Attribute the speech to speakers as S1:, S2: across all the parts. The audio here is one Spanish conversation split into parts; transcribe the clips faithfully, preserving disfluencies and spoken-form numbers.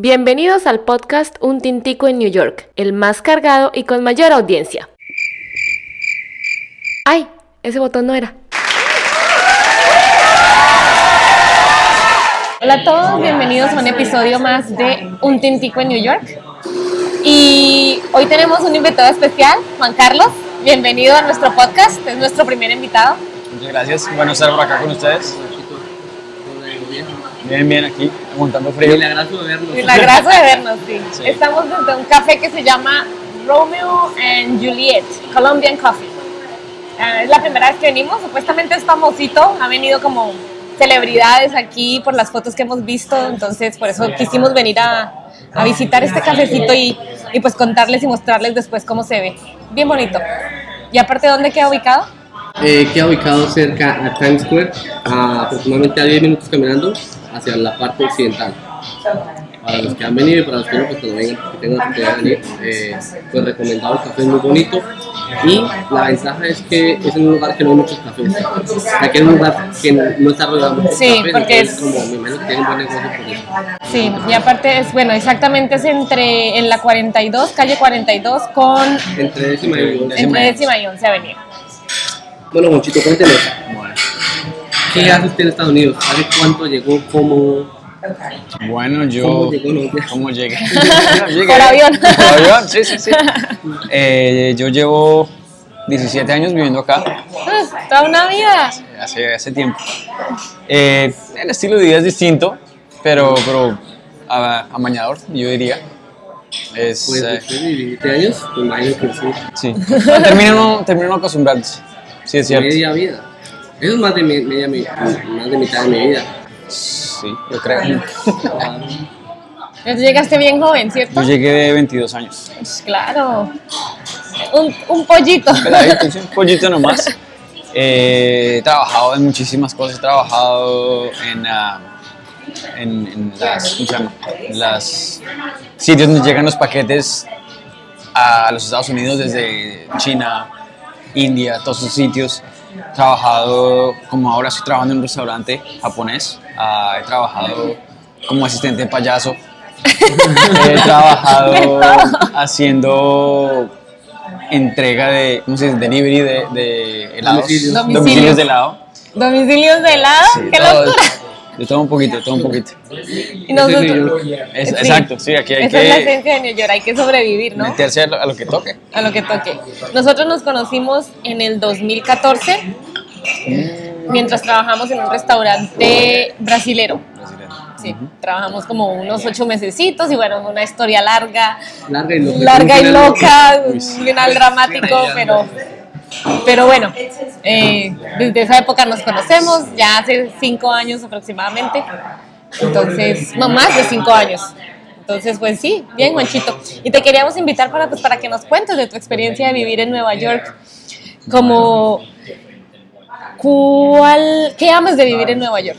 S1: Bienvenidos al podcast Un Tintico en New York, el más cargado y con mayor audiencia. ¡Ay! Ese botón no era. Hola a todos, bienvenidos a un episodio más de Un Tintico en New York. Y hoy tenemos un invitado especial, Juan Carlos. Bienvenido a nuestro podcast, es nuestro primer invitado.
S2: Muchas gracias, bueno estar por acá con ustedes. Bien, bien, aquí, aguantando frío.
S3: Milagroso de vernos.
S1: Milagroso de vernos, sí.
S2: Sí.
S1: Estamos desde un café que se llama Romeo and Juliet, Colombian Coffee. Uh, es la primera vez que venimos, supuestamente es famosito, ha venido como celebridades aquí por las fotos que hemos visto, entonces por eso quisimos venir a, a visitar este cafecito y, y pues contarles y mostrarles después cómo se ve. Bien bonito. ¿Y aparte dónde queda ubicado?
S3: Eh, queda ubicado cerca a Times Square, a aproximadamente a diez minutos caminando hacia la parte occidental. Para los que han venido y para los que no, pues cuando vengan, que tengan la oportunidad de venir, eh, pues recomendado, el café es muy bonito y la ventaja es que es en un lugar que no hay muchos cafés, o sea que es un lugar que no, no está rodeado de muchos
S1: Sí,
S3: cafés,
S1: porque
S3: entonces,
S1: es-
S3: como me imagino que tienen buen negocio por eso.
S1: Sí, y aparte es, bueno, exactamente es entre, en la cuarenta y dos, calle cuarenta y dos con,
S3: Entre décima y once.
S1: entre décima y once avenida.
S3: Bueno, Monchito, cuéntenos, ¿qué hace usted en Estados Unidos? ¿Sabe cuánto llegó? ¿Cómo?
S2: Bueno, yo...
S3: ¿Cómo llegó? No,
S2: ¿Cómo llegué? Bueno, llegué.
S1: Por avión.
S2: Por avión, sí, sí, sí. Eh, yo llevo diecisiete años viviendo acá,
S1: Ah, Toda una vida.
S2: hace, hace tiempo. Eh, el estilo de vida es distinto, pero, pero a- amañador, yo diría. Es,
S3: Pues
S2: eh,
S3: después de diecisiete años, me imagino que sí.
S2: sí. No, termina uno, termina uno acostumbrándose. Sí, es cierto.
S3: Media vida. Eso es más de, mi- media, mi- más de mitad de mi vida.
S2: Sí, yo creo.
S1: Entonces llegaste bien joven, ¿cierto?
S2: Yo llegué de veintidós años.
S1: Pues claro. Un, un pollito.
S2: Peladito, sí, un pollito nomás. Eh, he trabajado en muchísimas cosas. He trabajado en, ah, en, en las, ¿cómo se llama? En las sitios donde llegan los paquetes a los Estados Unidos desde China, India, todos esos sitios. He trabajado, como ahora estoy trabajando en un restaurante japonés. Ah, he trabajado como asistente de payaso. He trabajado haciendo entrega de, ¿cómo se dice? Delivery de, de helados,
S3: Domicilios.
S1: Domicilios.
S2: domicilios de helado.
S1: Domicilios de helado.
S2: Sí,
S1: ¡Qué
S2: todo-
S1: locura!
S2: De todo un poquito, de todo un poquito.
S1: Y nosotros,
S3: New York.
S2: Es-
S1: Sí.
S2: Exacto, sí, aquí hay
S1: esa es la
S2: que
S1: esencia de New York, hay que sobrevivir, ¿no?
S2: meterse a lo, a lo que toque.
S1: A lo que toque. Nosotros nos conocimos en el dos mil catorce mientras trabajamos en un restaurante brasilero. Sí, trabajamos como unos ocho mesecitos y bueno, una historia larga,
S3: Larga y loca.
S1: larga y
S3: Una
S1: loca, un final dramático, pero, pero bueno, eh, desde esa época nos conocemos, ya hace cinco años aproximadamente, entonces, no más de cinco años. Entonces, pues sí, bien, Juanchito. Y te queríamos invitar para, pues, para que nos cuentes de tu experiencia de vivir en Nueva York, como, ¿cuál, ¿qué amas de vivir en Nueva York?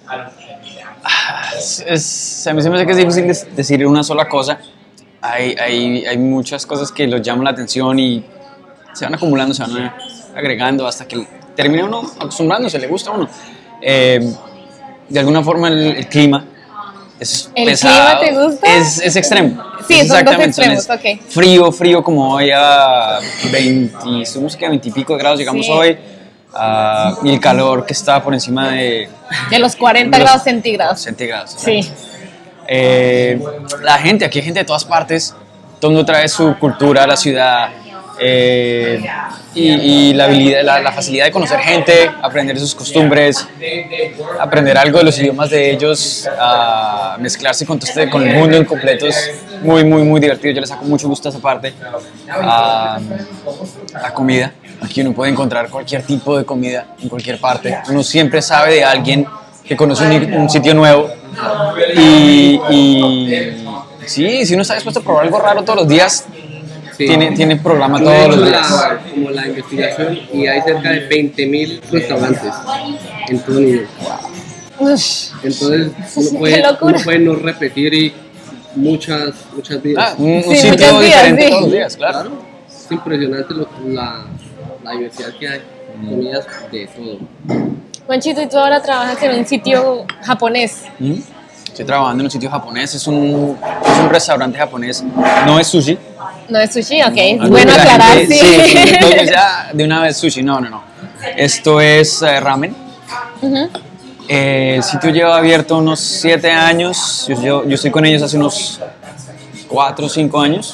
S2: Es, es- a mí se me hace que es difícil des- decir una sola cosa. Hay, hay, hay muchas cosas que los llaman la atención y se van acumulando, se van agregando hasta que termina uno acostumbrándose, le gusta a uno. Eh, de alguna forma el, el clima es
S1: ¿El
S2: pesado,
S1: clima te gusta?
S2: Es, es extremo.
S1: Sí,
S2: Es
S1: son dos
S2: exactamente,
S1: extremos,
S2: es
S1: ok.
S2: Frío, frío como hoy a veinte, estuvimos que a veinte y pico de grados llegamos
S1: Sí.
S2: hoy. Ah, y el calor que está por encima de
S1: De los cuarenta
S2: de los
S1: grados centígrados.
S2: centígrados.
S1: Sí.
S2: Eh, la gente, aquí hay gente de todas partes, todo el mundo trae su cultura a la ciudad eh, y, y la, habilidad, la, la facilidad de conocer gente, aprender sus costumbres, aprender algo de los idiomas de ellos, a mezclarse con, todo este- con el mundo en completo es muy, muy, muy divertido. Yo le saco mucho gusto a esa parte. Ah, la comida, aquí uno puede encontrar cualquier tipo de comida en cualquier parte. Uno siempre sabe de alguien que conoce un, un sitio nuevo y, y sí, si uno está dispuesto a probar algo raro todos los días,
S3: Sí.
S2: tiene, tiene programa
S3: Yo he
S2: todos
S3: hecho
S2: los días.
S3: la, como la investigación y hay cerca de veinte mil restaurantes en todo New York.
S1: Ush.
S3: Entonces uno
S1: Qué
S3: puede,
S1: locura.
S3: uno puede no repetir y muchas, muchas vidas.
S2: Ah, un, un
S1: Sí,
S2: sitio
S1: muchos días,
S2: diferente
S1: sí.
S2: todos los días, claro.
S3: Claro, es impresionante lo- la, la diversidad que hay, comidas de todo.
S1: Juanchito, y tú ahora trabajas en un sitio japonés.
S2: ¿Mm? estoy trabajando en un sitio japonés, es un, es un restaurante japonés, no es sushi.
S1: No es sushi, ok. Es
S2: Algo
S1: bueno
S2: que la
S1: aclarar,
S2: gente-
S1: sí.
S2: sí, sí, entonces ya de una vez sushi, no, no, no. Esto es eh, ramen.
S1: Ujú.
S2: Eh, el sitio lleva abierto unos siete años, yo, yo, yo estoy con ellos hace unos cuatro o cinco años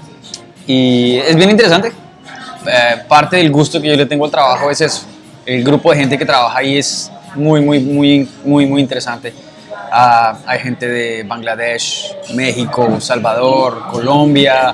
S2: y es bien interesante. Eh, parte del gusto que yo le tengo al trabajo es eso. El grupo de gente que trabaja ahí es muy, muy, muy, muy, muy interesante. Ah, hay gente de Bangladesh, México, Salvador, Colombia,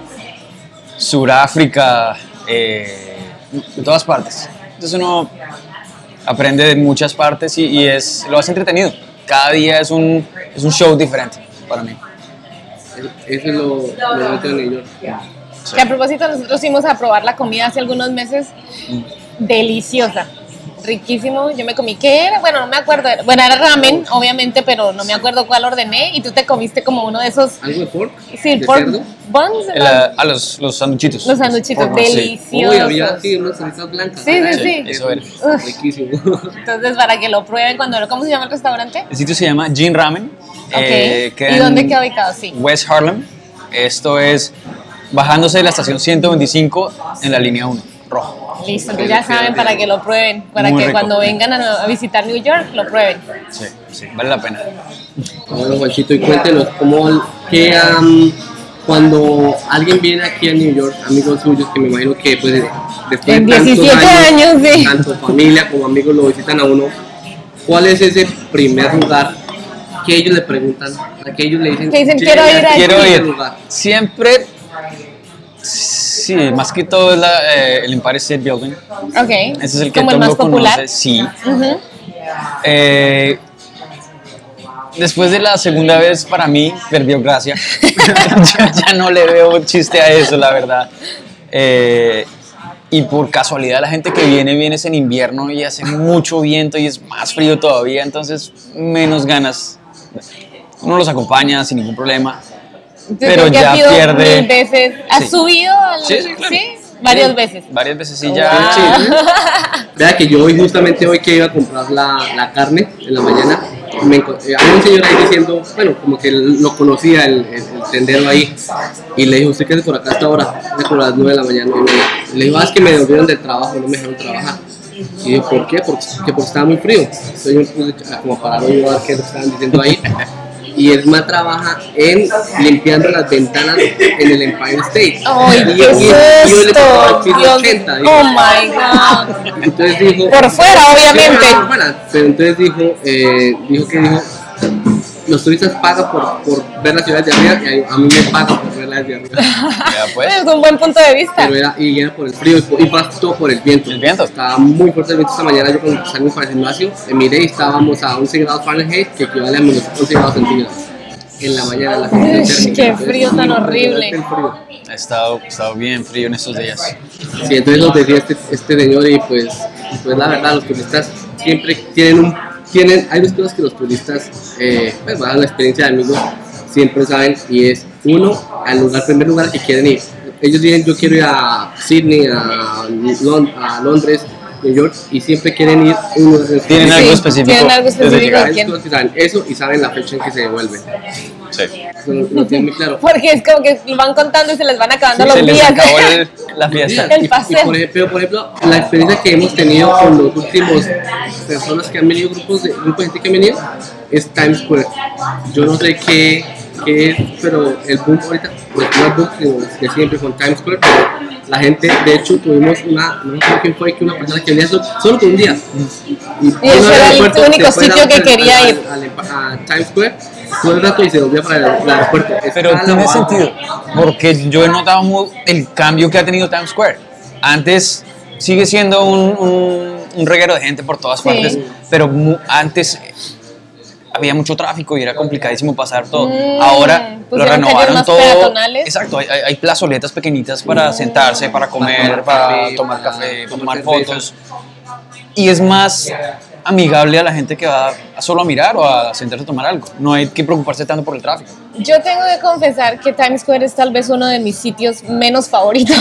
S2: Suráfrica, eh, de todas partes. Entonces uno aprende de muchas partes y, y es, lo hace entretenido. Cada día es un, es un show diferente para mí.
S3: Eso es lo, lo bonito de New York.
S2: Sí.
S1: Que a propósito, nosotros fuimos a probar la comida hace algunos meses. Deliciosa. Riquísimo. Yo me comí, ¿qué era? Bueno, no me acuerdo. Bueno, era ramen, obviamente, pero no me acuerdo cuál ordené. Y tú te comiste como uno de esos.
S3: ¿Algo de pork?
S1: Sí,
S3: ¿De
S1: pork
S3: cerdo?
S1: buns.
S2: El, ah, a los, los sanduchitos.
S1: Los sanduchitos,
S2: Pork buns, sí.
S1: deliciosos.
S3: Uy, había sí, unas salitas blancas.
S1: Sí, sí,
S3: Ay,
S1: sí.
S2: Eso era.
S1: Uf.
S3: Riquísimo.
S1: Entonces, para que lo prueben cuando lo... ¿Cómo se llama el restaurante?
S2: El sitio se llama Jin Ramen.
S1: Ok.
S2: eh, queda
S1: ¿Y dónde
S2: en
S1: queda ubicado? Sí.
S2: West Harlem. Esto es bajándose de la estación ciento veinticinco en la línea uno, rojo.
S1: Listo, entonces ya saben para que lo prueben. Para
S2: Muy
S1: que
S2: rico.
S1: cuando vengan a, a visitar New York, lo prueben.
S2: Sí, sí, vale la pena.
S3: Bueno, Juanchito, y cuéntenos, ¿cómo, qué, am, cuando alguien viene aquí a New York, amigos suyos, que me imagino que pues, después
S1: En
S3: de tantos
S1: diecisiete años, sí.
S3: tanto familia como amigos lo visitan a uno, ¿cuál es ese primer lugar que ellos le preguntan, a que ellos le dicen,
S1: Que dicen,
S3: "Llega
S1: "Quiero ir
S3: a
S1: aquí"?
S2: Quiero
S3: este
S2: ir.
S3: lugar"?
S2: Siempre, sí, más que todo es la, eh, el Empire State Building.
S1: Ok.
S2: Ese es el que
S1: como
S2: todo
S1: el
S2: el
S1: más
S2: mundo
S1: popular.
S2: conoce, sí.
S1: Ujú.
S2: Eh, después de la segunda vez, para mí, perdió gracia. ya, ya no le veo chiste a eso, la verdad. Eh, y por casualidad, la gente que viene, viene es en invierno y hace mucho viento y es más frío todavía, entonces menos ganas. Uno los acompaña sin ningún problema.
S1: Entonces,
S2: Pero
S1: creo que
S2: ya
S1: has ido
S2: pierde-
S1: mil veces. ¿Has
S2: Sí.
S1: subido? Al...
S2: Sí, sí, claro.
S1: Varias
S2: Sí,
S1: veces.
S2: Varias veces, sí, ya.
S1: Wow.
S2: sí.
S3: Vea que yo hoy, justamente hoy que iba a comprar la, la carne en la mañana, me encon- eh, había un señor ahí diciendo, bueno, como que él lo conocía, el, el, el tendero ahí, y le dijo, ¿usted qué hace por acá a esta hora? Es por las nueve de la mañana. Y le dijo, ah, es que me devolvieron del trabajo, no me dejaron trabajar. Y yo, ¿por qué? Porque, porque estaba muy frío. Entonces yo me puse a- como a parar y a ver qué estaban diciendo ahí. Y el man trabaja en limpiando las ventanas en el Empire State.
S1: ¡Ay,
S3: y,
S1: qué
S3: y- y yo le tocaba el
S1: susto!
S3: piso
S1: Dios.
S3: ochenta. dijo.
S1: Oh my God.
S3: Entonces dijo,
S1: Por fuera, obviamente.
S3: Sí, por fuera. Pero entonces dijo, eh, dijo que dijo, los turistas pagan por, por ver las ciudades de arriba y a mí me pagan por ver las de arriba.
S2: Ya, pues.
S1: Es un buen punto de vista.
S3: Pero era, y era por el frío y, por- y más todo por el viento.
S2: El viento.
S3: Estaba muy fuerte el viento esta mañana. Yo cuando salimos para el gimnasio, eh, miré y estábamos a once grados Fahrenheit, que equivale a menos once grados centígrados. En la mañana, la sensación
S1: Uy,
S3: térmica.
S1: qué
S3: Entonces,
S1: frío tan
S3: muy
S1: horrible.
S3: impresionante el frío.
S2: Ha estado, ha estado bien frío en estos días.
S3: Sí, entonces nos decía este, este señor y pues, pues la verdad los turistas siempre tienen un, tienen, hay dos cosas que los turistas, eh, pues bajo la experiencia de amigos, siempre saben y es uno, al lugar, primer lugar que quieren ir. Ellos dicen yo quiero ir a Sydney, a, Lon- a Londres, New York y siempre quieren ir uno de esos
S2: Tienen
S1: Sí,
S2: algo específico.
S1: tienen algo
S2: desde
S1: específico.
S2: llegar.
S3: hay
S1: ¿Quién?
S3: dos cosas que saben eso y saben la fecha en que se devuelven.
S2: Sí.
S3: Eso lo, lo tienen muy claro.
S1: Porque es como que lo van contando y se les van acabando los
S2: Se les
S1: días.
S2: acabó el- la fiesta.
S1: El
S3: Y- y
S1: paseo.
S3: por, ej- pero por ejemplo, la experiencia que hemos tenido con los últimos personas que han venido, grupos de, grupos de gente que han venido, es Times Square. Yo no sé qué, qué es, pero el boom ahorita, pues no el boom, sino de siempre con Times Square, pero la gente, de hecho, tuvimos una, no sé quién fue, que una persona que venía solo, solo por un día. Y,
S1: Y ese era el
S3: aeropuerto,
S1: único
S3: se fue
S1: sitio
S3: al-
S1: que
S3: al-
S1: quería
S3: al-
S1: ir.
S3: al- al- a Times Square, todo el rato y se volvía para el, el aeropuerto.
S2: Pero
S3: Está
S2: tiene
S3: lavado.
S2: sentido, porque yo he notado mu- el cambio que ha tenido Times Square. Antes sigue siendo un, un, un reguero de gente por todas
S1: Sí.
S2: partes, pero mu- antes había mucho tráfico y era complicadísimo pasar todo.
S1: Mm,
S2: Ahora lo
S1: pusieron calles
S2: renovaron
S1: más
S2: todo.
S1: peatonales.
S2: Exacto, hay, hay- hay plazoletas pequeñitas para sentarse, para comer, para tomar café, para tomar fotos. Y es más amigable a la gente que va a solo a mirar o a sentarse a tomar algo. No hay que preocuparse tanto por el tráfico.
S1: Yo tengo que confesar que Times Square es tal vez uno de mis sitios menos favoritos.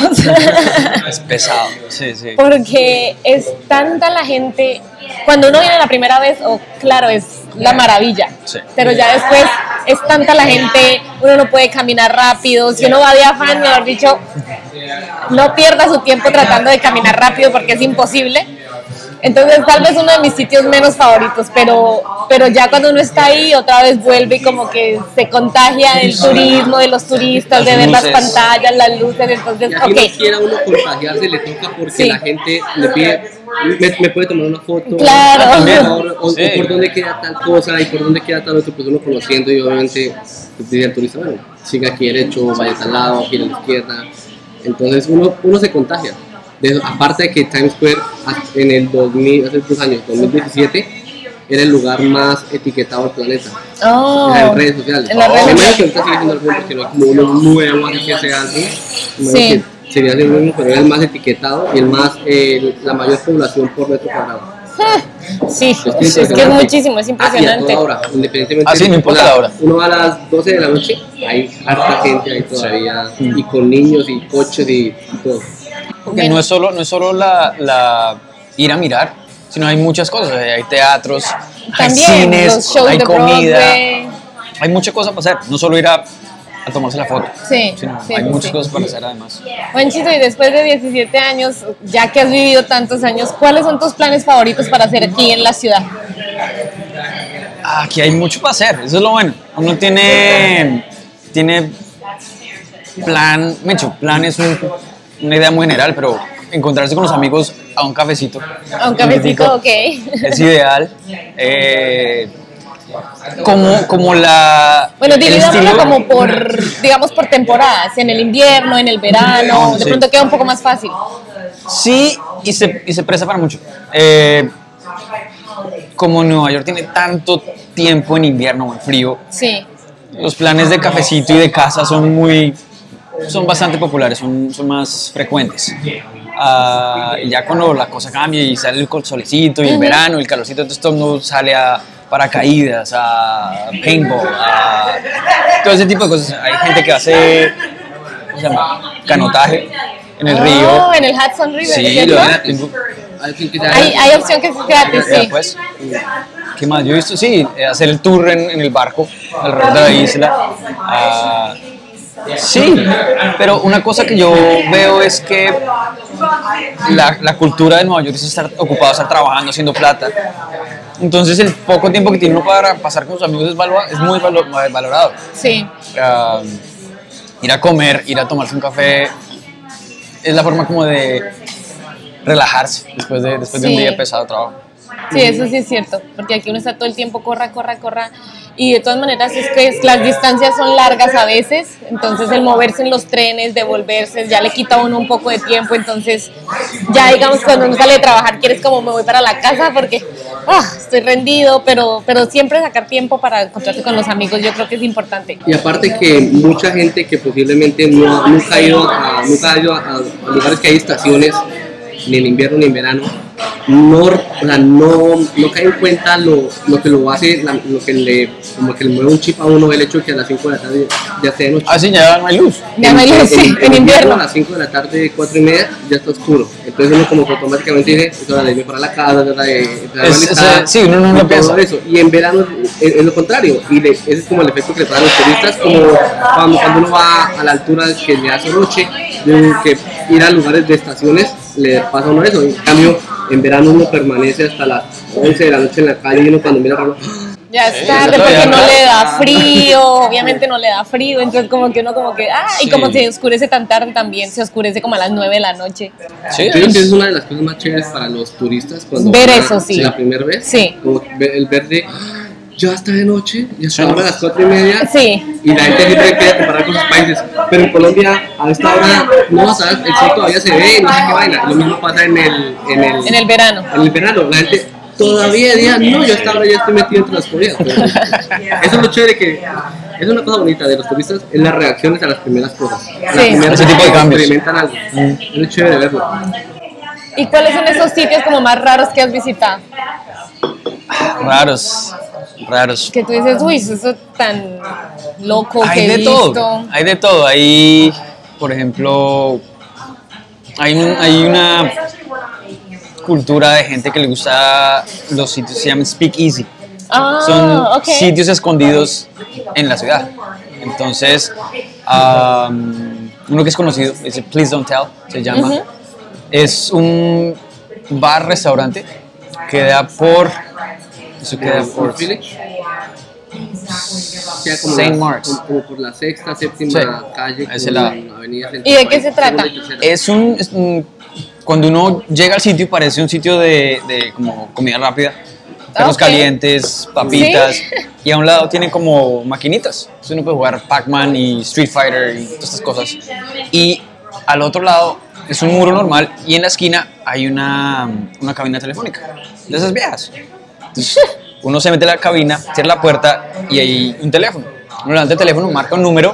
S2: Es pesado. Sí, sí.
S1: Porque es tanta la gente. Cuando uno viene la primera vez, oh, claro, es la maravilla.
S2: Sí.
S1: Pero ya después es tanta la gente, uno no puede caminar rápido, si uno va de afán, mejor dicho, no pierda su tiempo tratando de caminar rápido porque es imposible. Entonces tal vez uno de mis sitios menos favoritos, pero, pero ya cuando uno está ahí otra vez vuelve y como que se contagia del turismo, de los turistas, de ver las pantallas, las luces, entonces,
S3: y aquí
S1: ok.
S3: no quiera uno contagiarse, le toca porque
S1: Sí.
S3: la gente le pide, me, me puede tomar una foto,
S1: Claro.
S3: por favor, o,
S2: Sí.
S3: o por dónde queda tal cosa y por dónde queda tal otro, pues uno conociendo y obviamente pues, dice al turista, bueno, siga aquí derecho, vaya a tal lado, gira a la izquierda, entonces uno, uno se contagia. De eso, aparte de que Times Square en el dos mil, hace dos años, dos mil diecisiete, era el lugar más etiquetado del planeta.
S1: Oh,
S3: Era en redes sociales.
S1: en las redes
S3: Me imagino
S1: sociales.
S3: que ahorita sigue siendo el mismo porque no hay como uno nuevo así que sea algo.
S1: Sí.
S3: Sería el mismo, pero era el más etiquetado y el más, eh, la mayor población por metro cuadrado.
S1: Sí,
S3: Es que
S1: es que es
S3: impresionante.
S1: muchísimo, es
S3: Ah, y a
S1: impresionante.
S3: toda hora, independientemente
S2: Ah, sí,
S3: de-
S2: no importa
S3: o sea,
S2: la hora.
S3: Uno va a las doce de la noche, hay harta gente ahí todavía, y con niños y coches y, y todo.
S2: Porque no es solo, no es solo la, la ir a mirar, sino hay muchas cosas. Hay teatros, hay
S1: También
S2: cines,
S1: los shows
S2: hay
S1: de
S2: comida,
S1: Broadway.
S2: hay muchas cosas para hacer. No solo ir a, a tomarse la foto,
S1: Sí,
S2: sino
S1: sí,
S2: hay
S1: sí,
S2: muchas
S1: sí.
S2: cosas para hacer además.
S1: Juanchito, y después de diecisiete años, ya que has vivido tantos años, ¿cuáles son tus planes favoritos para hacer aquí en la ciudad?
S2: Aquí hay mucho para hacer, eso es lo bueno. Uno tiene, tiene plan, Mecho, plan es un- una idea muy general, pero encontrarse con los amigos a un cafecito.
S1: A un cafecito, ok.
S2: Es ideal. Eh, como, como la.
S1: Bueno,
S2: el
S1: dividámoslo
S2: estilo-
S1: como por, digamos, por temporadas, en el invierno, en el verano, de
S2: Sí.
S1: pronto queda un poco más fácil.
S2: Sí, y se, y se presta para mucho. Eh, como Nueva York tiene tanto tiempo en invierno o en frío,
S1: Sí,
S2: los planes de cafecito y de casa son muy. Son bastante populares, son, son más frecuentes. Ah, y ya cuando la cosa cambia y sale el solecito y el verano, el calorcito, entonces todo el mundo sale a paracaídas, a paintball, a todo ese tipo de cosas. Hay gente que hace, ¿cómo se llama? Canotaje en el río.
S1: Oh, en el Hudson River,
S2: Sí,
S1: ¿cierto?
S2: lo tengo-
S3: Así que ya-
S1: Hay, hay opción que es gratis,
S2: ya,
S1: sí.
S2: pues, ¿qué más? Yo he visto, sí, eh, hacer el tour en, en el barco alrededor de la isla. Ah, sí, pero una cosa que yo veo es que la, la cultura de Nueva York es estar ocupado, estar trabajando, haciendo plata. Entonces el poco tiempo que tiene uno para pasar con sus amigos es, valua- es muy valo- valorado.
S1: Sí,
S2: Ah, ir a comer, ir a tomarse un café, es la forma como de relajarse después de, después de un
S1: Sí.
S2: día pesado de trabajo.
S1: sí, eso sí es cierto, porque aquí uno está todo el tiempo corra, corra, corra, y de todas maneras es que es- las distancias son largas a veces, entonces el moverse en los trenes, devolverse, ya le quita a uno un poco de tiempo, entonces ya digamos cuando uno sale de trabajar quieres como me voy para la casa porque ah, estoy rendido, pero, pero siempre sacar tiempo para encontrarse con los amigos yo creo que es importante.
S3: Y aparte que mucha gente que posiblemente no, nunca ha ido, a, nunca ha ido a, a lugares que hay estaciones, ni en invierno ni en verano, no, o sea, no, no cae en cuenta lo, lo que lo hace, la- lo que le, como que le mueve un chip a uno el hecho de que a las cinco de la tarde ya sea de noche.
S2: Ah, sí, ya no hay luz.
S1: Ya no hay luz, sí, en invierno.
S3: A las cinco de la tarde, cuatro y media, ya está oscuro. Entonces uno como que automáticamente dice, es hora de irme para la casa, es hora de empezar a
S2: Es-
S3: organizar,
S2: es- sí, uno no
S3: y
S2: lo
S3: todo
S2: piensa.
S3: eso. Y en verano es, es lo contrario. Y le- ese es como el efecto que le pasan los turistas, como cuando, cuando uno va a la altura que le hace noche, de que ir a lugares de estaciones le pasa a uno eso. En cambio, en verano uno permanece hasta las once de la noche en la calle y uno cuando mira para
S1: Ya es
S2: Sí,
S1: tarde
S2: eso
S1: porque
S2: todavía
S1: no
S2: no.
S1: le da frío, obviamente no le da frío, entonces como que uno como que, ah, y
S2: Sí.
S1: como se oscurece tan tarde también, se oscurece como a las nueve de la noche.
S2: Sí,
S3: Yo creo que
S2: es-
S3: es una de las cosas más chéveres para los turistas cuando
S1: Ver
S3: van a-
S1: eso, sí.
S3: la primera vez.
S1: Sí.
S3: Como ver- el verde, ya está de noche, ya
S2: Sí.
S3: está a las cuatro y media.
S1: Sí,
S3: Y la gente siempre quiere comparar con sus países. Pero en Colombia, a esta hora, no, ¿sabes? El sol todavía se ve, no sé qué vaina. Lo mismo pasa en el, en el,
S1: en el verano.
S3: en el verano. La gente todavía de día, no, yo a esta hora ya estoy metido entre las comidas. Pero eso es lo chévere que. Es una cosa bonita de los turistas, es las reacciones a las primeras cosas. A las
S1: Sí.
S3: primeras
S2: Ese tipo de
S3: veces que
S2: cambios.
S3: experimentan algo. Es lo chévere verlo.
S1: ¿Y cuáles son esos sitios como más raros que has visitado?
S2: raros, raros.
S1: Que tú dices, uy, eso es tan loco que
S2: Hay
S1: he
S2: de
S1: visto.
S2: todo, hay de todo. Hay, por ejemplo, hay, un- hay una cultura de gente que le gusta los sitios, se llaman Speak Easy.
S1: Ah,
S2: Son
S1: ok.
S2: sitios escondidos en la ciudad. Entonces, um, uno que es conocido, es el Please Don't Tell, se llama.
S1: Ujú.
S2: Es un bar-restaurante, queda por... Eso queda por...
S3: Philly, queda como
S2: Saint
S3: la-
S2: Mark's.
S3: como- como por la sexta, séptima
S2: Sí,
S3: calle
S2: a ese
S3: con
S2: lado.
S3: avenida Central
S1: ¿Y de qué
S3: Park,
S1: se trata?
S3: segunda y tercera.
S2: Es un, es un- Cuando uno llega al sitio parece un sitio de, de como comida rápida. Perros
S1: Ok.
S2: calientes, papitas.
S1: ¿Sí?
S2: Y a un lado tiene como maquinitas. Entonces uno puede jugar Pac-Man y Street Fighter y todas estas cosas. Y al otro lado es un muro normal y en la esquina hay una, una cabina telefónica. De esas viejas. Entonces uno se mete a la cabina, cierra la puerta y hay un teléfono. Uno levanta el teléfono, marca un número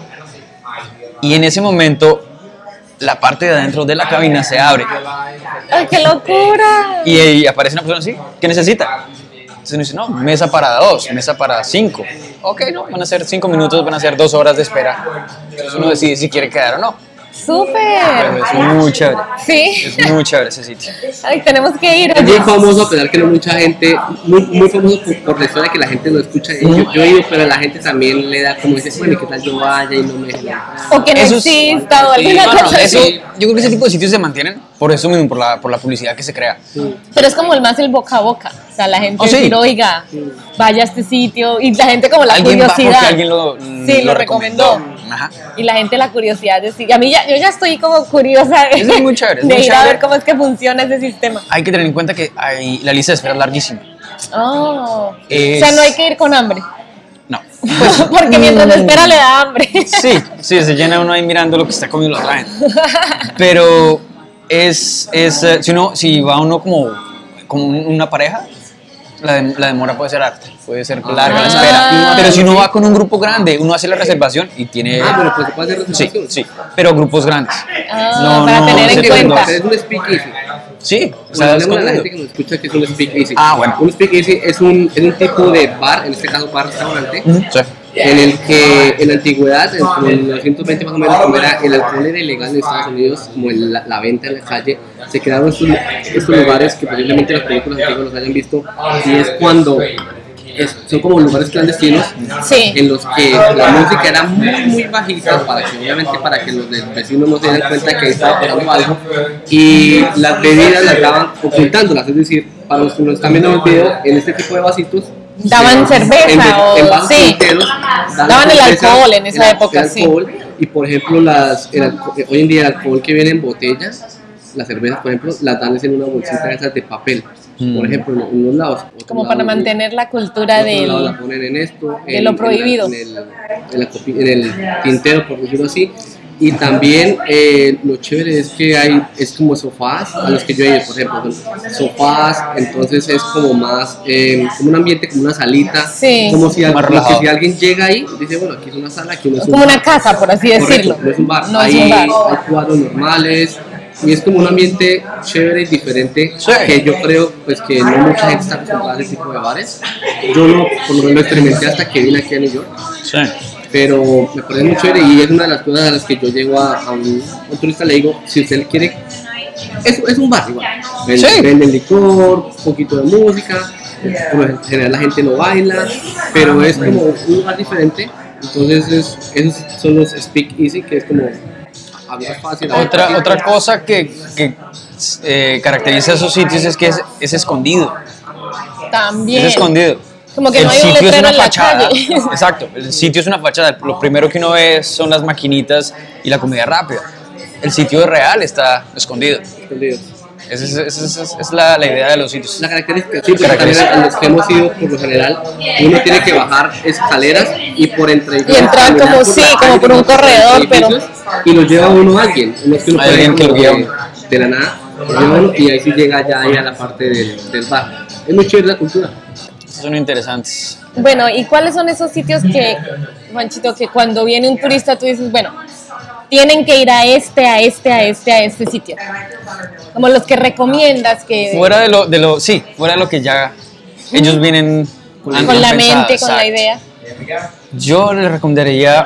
S2: y en ese momento la parte de adentro de la cabina se abre
S1: ¡Ay, qué locura!
S2: y ahí aparece una persona así, ¿qué necesita? Entonces uno dice, no, mesa para dos, mesa para cinco. Ok, no, van a ser cinco minutos, van a ser dos horas de espera. Entonces uno decide si quiere quedar o no. Pero
S1: ¡Súper!
S2: es muy chévere.
S1: Sí.
S2: Es muy chévere ese sitio.
S1: Ay, tenemos que ir.
S3: Es muy famoso, a pesar que no mucha gente, muy, muy famoso por, por la historia que la gente lo escucha. Yo, yo he ido, pero la gente también le da como dice, bueno, ¿y qué tal yo vaya y no me dejen entrar?
S1: O que no
S2: Eso es-
S1: exista o alguna
S2: No, no,
S1: cosa
S2: eso,
S1: así.
S2: yo creo que ese tipo de sitios se mantienen por eso mismo, por la, por la publicidad que se crea.
S1: Pero es como el más el boca a boca. O sea, la gente
S2: Oh, sí.
S1: decir, oiga, vaya a este sitio. Y la gente como la
S2: Alguien va
S1: curiosidad.
S2: porque alguien lo,
S1: Sí, lo recomendó.
S2: Ajá.
S1: Y la gente la curiosidad de decir. Y a mí ya, yo ya estoy como curiosa de,
S2: Eso es muy chévere, es
S1: de
S2: muy
S1: ir a
S2: chévere.
S1: ver cómo es que funciona ese sistema.
S2: Hay que tener en cuenta que hay, la lista de espera es larguísima.
S1: Oh.
S2: Es-
S1: O sea, no hay que ir con hambre.
S2: No.
S1: Porque mientras espera le da hambre.
S2: Sí, sí, se llena uno ahí mirando lo que está comiendo la otra gente. Pero es, es eh, si uno, si va uno como, como un- una pareja, la, dem- la demora puede ser harta, puede ser larga la
S1: Ah,
S2: espera. Pero si uno
S3: sí.
S2: va con un grupo grande, uno hace la reservación y tiene...
S3: Ah, bueno, pues se puede hacer
S2: Sí,
S3: reservación.
S2: sí, pero grupos grandes.
S1: Ah, para tener en
S2: se
S1: cuenta.
S2: puede-
S3: Es un speakeasy.
S2: Sí, o
S3: Bueno,
S2: sea,
S3: hablemos a la
S2: escondido.
S3: gente que nos escucha que es un speakeasy.
S2: Ah, bueno.
S3: Un speakeasy es un, es un tipo de bar, en este caso bar-restaurante,
S2: Ujú, sí.
S3: en el que en la antigüedad, en como en mil novecientos veinte más o menos, como era, el alcohol era ilegal en Estados Unidos, como el- la, la venta en la calle, se crearon estos, estos lugares que posiblemente las películas antiguas los hayan visto, y es cuando es- son como lugares clandestinos
S1: Sí.
S3: en los que la música era muy muy bajita para que obviamente para que los del vecino no se dieran cuenta que ahí estaba pasando algo y las bebidas las daban ocultándolas, es decir, para los que nos están viendo el video, en este tipo de vasitos
S1: Daban
S3: se-
S1: cerveza
S3: en,
S1: o-
S3: en vasos
S1: sí.
S3: enteros,
S1: Daban el
S3: cerveza,
S1: alcohol en esa
S3: el-
S1: época,
S3: el
S1: sí.
S3: alcohol, y por ejemplo las el alco- eh, hoy en día el alcohol que viene en botellas, las cervezas por ejemplo las dan es en una bolsita de esas de papel, por ejemplo en unos lados, otros
S1: Como
S3: lados,
S1: para mantener la cultura
S3: otro lado la
S1: del...
S3: ponen en esto,
S1: de
S3: en-
S1: lo
S3: en la-
S1: prohibido.
S3: En, el, en, la copi- en el tintero, por decirlo así. Y también eh, lo chévere es que hay, es como sofás a los que yo he ido, por ejemplo, son sofás, entonces es como más, eh, como un ambiente, como una salita,
S1: Sí.
S3: como si, al-
S2: Más
S3: como que
S2: relajado.
S3: si alguien llega ahí, dice, bueno, aquí es una sala, aquí no es un
S1: Como
S3: bar.
S1: una casa, por así
S3: Correcto,
S1: decirlo.
S3: no es un bar,
S1: No
S3: hay,
S1: es un bar.
S3: hay cuadros normales, y es como un ambiente chévere y diferente
S2: Sí.
S3: que yo creo pues que no mucha gente está acostumbrada a ese tipo de bares. Yo no, por lo menos lo experimenté hasta que vine aquí a New York,
S2: Sí.
S3: pero me parece muy chévere y es una de las cosas a las que yo llego a, a un, a un turista, le digo, si usted quiere, es, es un bar igual, venden,
S2: Sí.
S3: venden licor, un poquito de música, por lo general la gente no baila, pero es como un lugar diferente, entonces es, esos son los speak easy, que es como hablar fácil. hablar
S2: Otra,
S3: fácil.
S2: otra cosa que, que eh, caracteriza a esos sitios es que es, es escondido.
S1: También.
S2: Es escondido.
S1: Como que
S2: El
S1: no hay un
S2: sitio es
S1: letrero
S2: una
S1: en la
S2: fachada.
S1: calle.
S2: Exacto, el sitio es una fachada. Lo primero que uno ve son las maquinitas y la comida rápida. El sitio real está escondido.
S3: Escondido.
S2: Esa es, esa es- esa es la, la idea de los sitios.
S3: La característica, sí, porque también
S2: Característica.
S3: en los que hemos ido por lo general, uno tiene que bajar escaleras y por entre
S1: Y entrar
S3: caminar
S1: como
S3: por
S1: sí,
S3: la
S1: como
S3: calle,
S1: por un
S3: por los
S1: corredor, pero-
S3: edificios, y lo lleva uno a alguien, no es que uno
S2: Hay
S3: puede
S2: alguien que
S3: como
S2: lo guía
S3: de,
S2: uno.
S3: de la nada, lo lleva uno y ahí sí llega ya ahí a la parte del, del bar. Es muy chévere la cultura.
S2: Son interesantes.
S1: Bueno, ¿y cuáles son esos sitios que, Juanchito, que cuando viene un turista tú dices, bueno, tienen que ir a este, a este, a este, a este sitio? Como los que recomiendas que...
S2: Fuera de lo, de lo, sí, fuera de lo que ya ellos vienen han-
S1: con
S2: han
S1: la
S2: pensado,
S1: mente, con la
S2: exacto.
S1: idea.
S2: Yo les recomendaría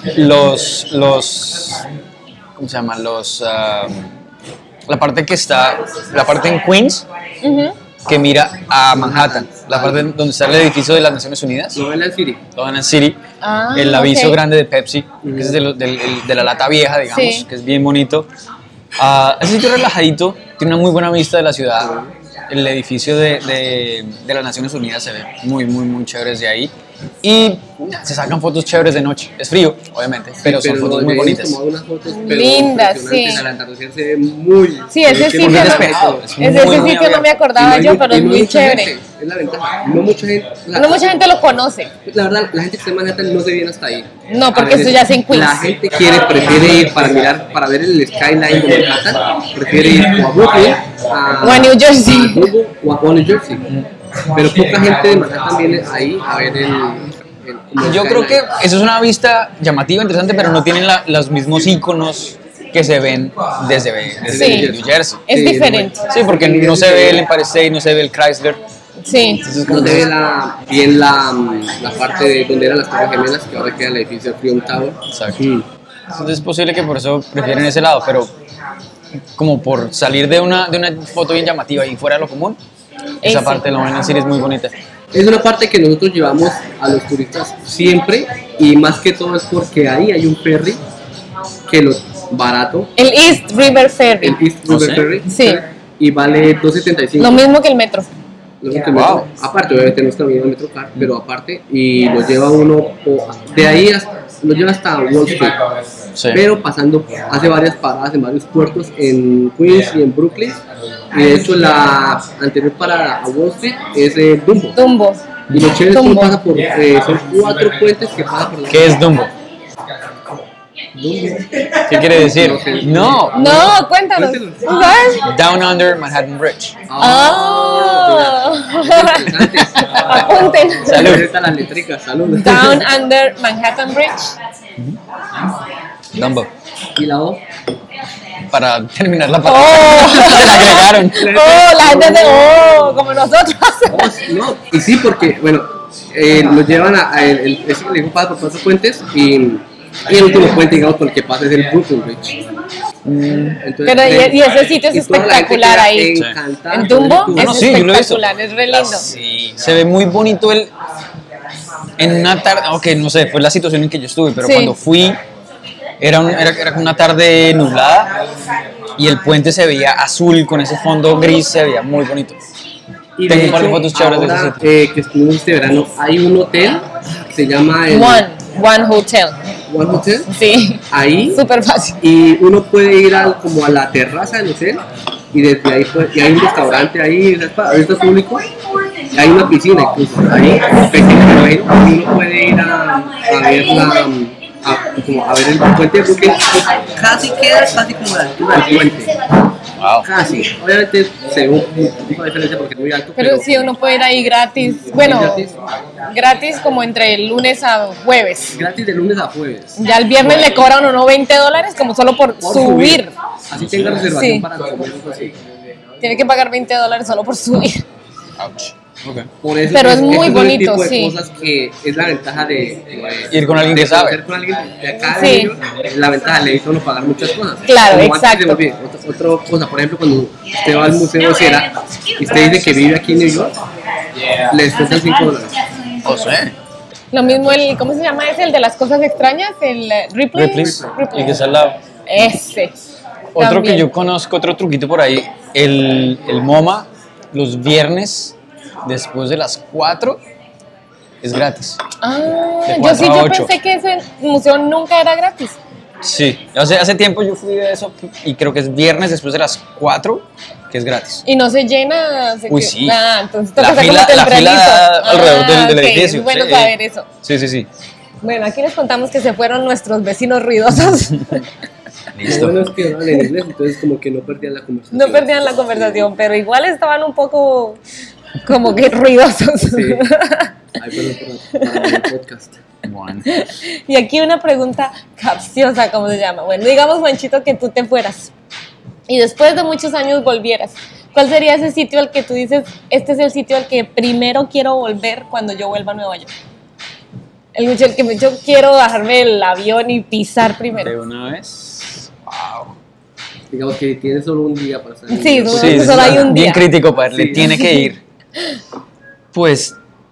S2: los, los, ¿cómo se llaman? Los, ah, la parte que está, la parte en Queens,
S1: Ujú.
S2: que mira a Manhattan, la parte donde está el edificio de las Naciones Unidas,
S3: Long Island City.
S2: Long Island City,
S1: Ah,
S2: el aviso
S1: ok.
S2: grande de Pepsi, que es de, lo- del- el- de la lata vieja, digamos,
S1: Sí.
S2: que es bien bonito. Ah, ese sitio relajadito, tiene una muy buena vista de la ciudad. El edificio de, de, de las Naciones Unidas se ve muy, muy, muy chévere desde ahí. Y se sacan fotos chéveres de noche. Es frío, obviamente, pero son fotos muy
S3: hemos
S2: bonitas.
S3: tomado unas fotos, pero
S1: Lindas,
S3: impresionantes.
S1: sí.
S3: Al atardecer se ve muy...
S1: Sí, ese
S3: muy
S1: sitio
S2: porque es
S1: no-
S2: despejado, es
S1: es-
S2: muy,
S1: ese
S2: muy
S1: sitio no
S2: abierto.
S1: me acordaba
S3: Y no
S1: yo,
S3: hay-
S1: pero
S3: y
S1: es
S3: no hay
S1: muy
S3: mucha
S1: chévere.
S3: gente, es la ventaja. No mucha gente... la-
S1: No mucha gente lo conoce.
S3: La verdad, la gente que está en Manhattan no se viene hasta ahí.
S1: No, porque
S3: A veces,
S1: eso ya es en Queens.
S3: La gente quiere, prefiere ir para mirar, para ver el skyline de Manhattan, prefiere ir o a Brooklyn, a,
S1: O a New Jersey.
S3: a Dumbo, o a, o a New Jersey. Pero poca gente de Manhattan viene ahí a ver el... el- como el
S2: Yo creo que
S3: skyline.
S2: eso es una vista llamativa, interesante, pero no tienen la- los mismos iconos que se ven desde, desde
S1: Sí.
S2: New Jersey.
S1: Es
S3: Sí,
S1: diferente.
S2: Sí, porque no se ve el Empire State, no se ve el Chrysler.
S1: Sí.
S2: Entonces, como
S3: No se ve la, bien la, la parte de donde eran las Torres Gemelas, que ahora queda el edificio Freedom Tower.
S2: Exacto.
S3: Mm.
S2: Entonces es posible que por eso prefieren ese lado, pero como por salir de una, de una foto bien llamativa y fuera de lo común, esa
S1: Ese.
S2: parte de la Long Island City es muy bonita.
S3: Es una parte que nosotros llevamos a los turistas siempre, y más que todo es porque ahí hay un ferry que lo barato,
S1: El East River Ferry.
S3: el East
S2: ¿Oh,
S3: River
S2: sí?
S3: Ferry,
S1: Sí.
S3: y vale dos setenta y cinco.
S1: Lo mismo que el metro.
S3: Lo mismo que
S2: Wow.
S3: el metro. Aparte, obviamente no está bien el Metrocar, pero aparte, y lo lleva uno o- de ahí hasta, lo lleva hasta Wall Street.
S2: Sí.
S3: Pero pasando, hace varias paradas en varios puertos en Queens y en Brooklyn. Y de hecho, la anterior parada a Wall Street es eh, Dumbo.
S1: Dumbo.
S3: Y lo chévere es que uno
S1: Dumbo.
S3: pasa por, eh, son cuatro puentes que pasan por la
S2: ¿Qué es Dumbo?
S3: Dumbo.
S2: ¿Qué quiere decir?
S3: No sé.
S2: No,
S1: No, cuéntanos.
S3: Cuéntanos.
S1: ¿Tú sabes?
S2: Down Under Manhattan Bridge.
S1: Ah.
S3: Interesante.
S1: Apunten.
S2: Salud.
S3: Ahí están las letricas, salud.
S1: Down Under Manhattan Bridge.
S2: Dumbo.
S3: Y la O.
S2: Para terminar la
S1: Oh.
S2: parte. Le agregaron.
S1: Oh, la gente de oh, como nosotros.
S3: Oh, sí, no, y sí, porque, bueno, eh, lo llevan a, a el, el, ese que le digo pasa por cuatro puentes, y, y el último puente, digamos, por el que pasa es el Brooklyn Bridge. Entonces,
S1: Pero y-
S3: de-
S1: y ese sitio es
S3: y toda la gente
S1: espectacular
S3: queda
S1: ahí.
S3: encantada
S1: En
S3: con
S1: Dumbo
S3: el
S1: es
S2: No, sí, yo lo he visto.
S1: espectacular, es re lindo.
S2: Sí, se ve muy bonito el. En una tarde, ok, no sé, fue la situación en que yo estuve, pero
S1: Sí.
S2: cuando fui, era, un- era, era una tarde nublada y el puente se veía azul con ese fondo gris, se veía muy bonito.
S3: Y
S2: Tengo
S3: de
S2: un par de
S3: hecho,
S2: fotos chéveres de ese
S3: ahora,
S2: sitio.
S3: eh, que estuvimos este verano, hay un hotel que se llama el
S1: One, One Hotel.
S3: One Hotel,
S1: Sí,
S3: ahí,
S1: súper fácil.
S3: y uno puede ir al, como a la terraza del hotel, y desde ahí puede- y hay un restaurante ahí, ¿sabes? Para abierto al público, y hay una piscina incluso ahí, pequeña, me imagino, y uno puede ir a, a ver la, a, como a ver el puente de Brooklyn, que casi queda casi como a la altura del puente,
S2: Wow.
S3: casi, obviamente se ve un, un poco de diferencia porque es muy alto,
S1: Pero sí, uno puede ir ahí gratis. Bueno,
S3: gratis.
S1: gratis como entre el lunes a jueves.
S3: gratis de lunes a jueves.
S1: Ya el viernes le cobran a uno veinte dólares como solo por,
S3: Por
S1: subir.
S3: Así tenga reservación
S1: Sí.
S3: para comer, algo así.
S1: Tiene que pagar veinte dólares solo por subir.
S2: Ouch. Ok.
S3: Por eso
S1: Pero es
S3: ese
S1: muy
S3: el
S1: bonito,
S3: tipo de
S1: sí.
S3: cosas que es la ventaja de, de-
S2: Ir con alguien
S3: de
S2: que sabe.
S3: conocer con alguien de acá
S1: Sí.
S3: de New York, es la ventaja, le hizo no pagar muchas cosas.
S1: Claro,
S3: Como antes
S1: exacto.
S3: se me olvide, otra, otra cosa, por ejemplo, cuando usted va al Museo de Cera y usted dice que vive aquí en New York, le descuentan cinco dólares.
S2: O sea,
S1: Lo mismo el, ¿cómo se llama ese? El de las cosas extrañas, el eh, Ripley.
S2: Ripley's,
S1: Ripley.
S2: y que es al lado.
S1: Ese.
S2: Otro
S1: También.
S2: que yo conozco, otro truquito por ahí, el, el MoMA, los viernes después de las cuatro es gratis.
S1: Ah,
S2: De
S1: yo
S2: cuatro
S1: sí,
S2: a
S1: yo
S2: ocho.
S1: pensé que ese museo nunca era gratis.
S2: Sí, hace, hace tiempo yo fui de eso y creo que es viernes después de las cuatro que es gratis.
S1: Y no se llena. Se
S2: Uy,
S1: que-
S2: sí.
S1: Ah, entonces toca
S2: La
S1: estar
S2: fila,
S1: como
S2: la
S1: tempranito.
S2: fila alrededor del, del
S1: ok,
S2: edificio.
S1: Es bueno
S2: sí.
S1: saber eso.
S2: Sí, sí, sí.
S1: Bueno, aquí les contamos que se fueron nuestros vecinos ruidosos.
S3: Lo
S2: Listo.
S3: bueno es que hablan en inglés, entonces como que no perdían la conversación.
S1: No perdían la conversación, pero igual estaban un poco como que ruidosos.
S3: Sí. Ay, perdón para, para el podcast.
S2: Bueno.
S1: Y aquí una pregunta capciosa, ¿cómo se llama? Bueno, digamos, Juanchito, que tú te fueras y después de muchos años volvieras. ¿Cuál sería ese sitio al que tú dices, este es el sitio al que primero quiero volver cuando yo vuelva a Nueva York? El, el que yo quiero bajarme del avión y pisar primero.
S2: De una vez. Wow.
S3: digamos que tiene solo un día para estar en
S1: Sí,
S3: New York.
S1: solo- solo hay un
S2: bien
S1: día.
S2: crítico para él, le
S3: Sí.
S2: tiene que ir. Pues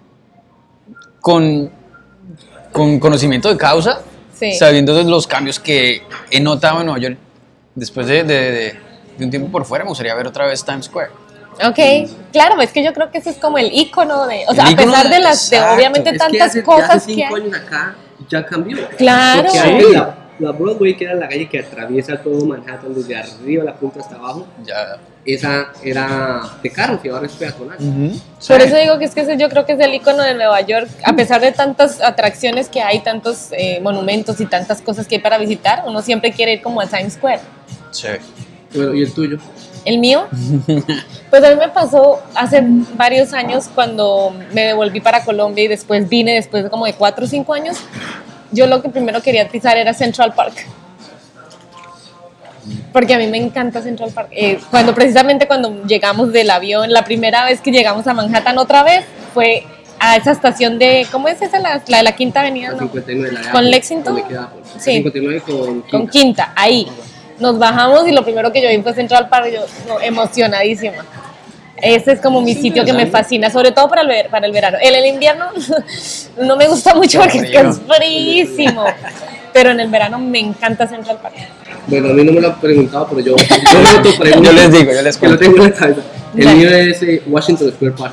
S2: con, con conocimiento de causa,
S1: Sí.
S2: sabiendo de los cambios que he notado en Nueva York después de, de- de- de un tiempo por fuera, me gustaría ver otra vez Times Square.
S1: Ok, claro, es que yo creo que ese es como el icono de, o sea,
S2: El
S1: a
S2: ícono
S1: pesar de
S2: de-
S1: las, de
S2: exacto.
S1: obviamente
S3: Es que
S1: tantas
S3: hace,
S1: cosas
S3: hace
S1: que
S3: cinco
S1: hay.
S3: años acá ya cambió.
S1: Claro.
S3: Porque
S2: Sí.
S3: antes la, la Broadway, que era la calle que atraviesa todo Manhattan desde arriba la punta hasta abajo,
S2: Ya.
S3: esa era de carros y ahora es peatonal.
S1: Por eso digo que es que ese yo creo que es el icono de Nueva York, a pesar de tantas atracciones que hay, tantos eh, monumentos y tantas cosas que hay para visitar, uno siempre quiere ir como a Times Square.
S2: Sí.
S3: Bueno, ¿y el tuyo?
S1: ¿El mío? Pues a mí me pasó hace varios años cuando me devolví para Colombia y después vine después de como de cuatro o cinco años. Yo lo que primero quería pisar era Central Park. Porque a mí me encanta Central Park. Eh, cuando precisamente cuando llegamos del avión, la primera vez que llegamos a Manhattan otra vez fue a esa estación de, ¿cómo es esa? La, la de la Quinta Avenida,
S3: La
S1: ¿no?
S3: cincuenta y nueve, la de
S1: ¿Con
S3: Apple,
S1: Lexington?
S3: donde queda Apple. La
S1: Sí.
S3: cincuenta y nueve con
S1: Con
S3: Quinta.
S1: Quinta, ahí. Nos bajamos y lo primero que yo vi fue Central Park, yo no, emocionadísima. Ese es como mi sitio que me fascina, sobre todo para el, ver- para el verano. En el invierno no me gusta mucho porque es que es fríísimo, pero en el verano me encanta Central Park.
S3: Bueno, a mí no me lo han preguntado, pero yo, yo me autopregunto.
S2: Yo les digo, yo les
S3: Que lo
S2: cuento.
S3: tengo en la cabeza. El
S1: Dale.
S3: mío es eh, Washington Square Park.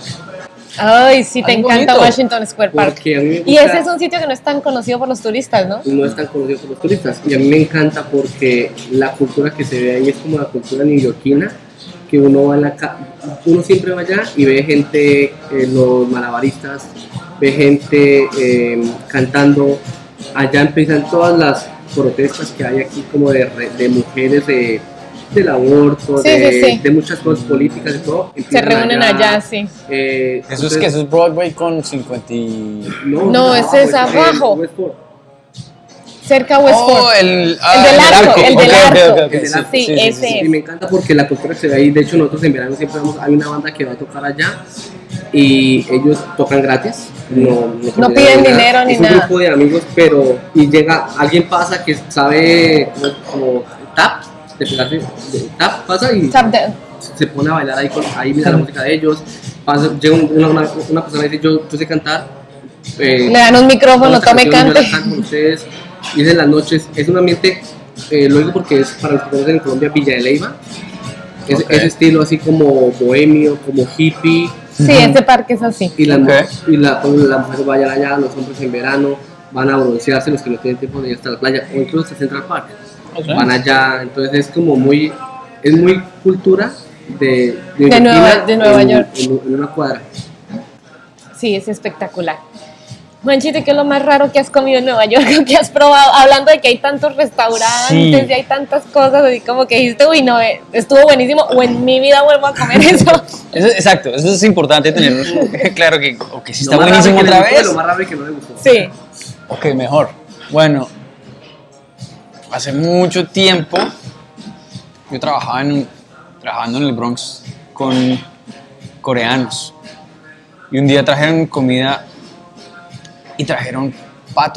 S1: Ay, sí, te
S2: Ay,
S1: encanta
S2: bonito.
S1: Washington Square Park.
S3: Porque a mí me
S1: Y
S3: gusta-
S1: ese es un sitio que no es tan conocido por los turistas, ¿no?
S3: no es tan conocido por los turistas. Y a mí me encanta porque la cultura que se ve ahí es como la cultura neoyorquina, que uno va a la ca- uno siempre va allá y ve gente, eh, los malabaristas, ve gente eh, cantando. Allá empiezan todas las protestas que hay aquí como de, re- de mujeres, de, del aborto,
S1: Sí,
S3: de,
S1: sí, sí.
S3: de muchas cosas políticas y todo.
S1: Se
S3: empiezan
S1: reúnen allá, sí.
S3: eh,
S2: Eso es
S3: entonces-
S2: que eso es Broadway con cincuenta y...
S3: No,
S1: No, ese es
S3: en
S1: abajo.
S3: Westport.
S1: Cerca a Westport.
S2: Oh, el, ah,
S1: El del arco, el del
S2: Ok, ok,
S1: arco.
S2: ok, ok,
S3: El del
S2: sí,
S3: arco.
S1: Sí, ese.
S3: Y me encanta porque la cultura que se ve ahí, de hecho nosotros en verano siempre vamos, hay una banda que va a tocar allá y ellos tocan gratis, no,
S1: No piden dinero ni
S3: es un
S1: nada.
S3: grupo de amigos, pero y llega, alguien pasa que sabe como, como tap, de pegarse, de tap, pasa y
S1: Tap dance.
S3: se pone a bailar ahí, con, ahí mira la música de ellos, pasa, llega un- una, una, una persona y dice yo, yo sé cantar, eh,
S1: Le dan un micrófono,
S3: las
S1: tome
S3: canciones, yo
S1: cante.
S3: las canto con ustedes, y es en las noches, es un ambiente, eh, lo digo porque es para los que conocen en Colombia Villa de Leyva, es,
S2: Ok.
S3: ese estilo así como bohemio, como hippie,
S1: Sí, ese parque es así.
S3: y, las
S2: Ok.
S3: mu- y la, cuando las mujeres vayan allá, los hombres en verano van a broncearse, los que no tienen tiempo de ir hasta la playa, o incluso hasta Central Park,
S2: Ok.
S3: van allá, entonces es como muy, es muy cultura de,
S1: De
S3: neoyorquina
S1: Nueva- de Nueva
S3: en-
S1: York.
S3: en- en una cuadra.
S1: Sí, es espectacular. Juanchito, ¿qué es lo más raro que has comido en Nueva York o que has probado? Hablando de que hay tantos restaurantes
S2: Sí.
S1: y hay tantas cosas, así como que dijiste, uy, no, eh, estuvo buenísimo, o en mi vida vuelvo a comer eso.
S2: Eso- exacto, eso es importante tener claro que, o que si está
S3: Lo más raro
S2: buenísimo
S3: que le
S2: otra
S3: gustó y
S2: vez,
S3: Lo más raro es que no le gustó.
S1: Sí.
S2: ok, mejor. Bueno, hace mucho tiempo yo trabajaba en un- trabajando en el Bronx con coreanos y un día trajeron comida y trajeron pato.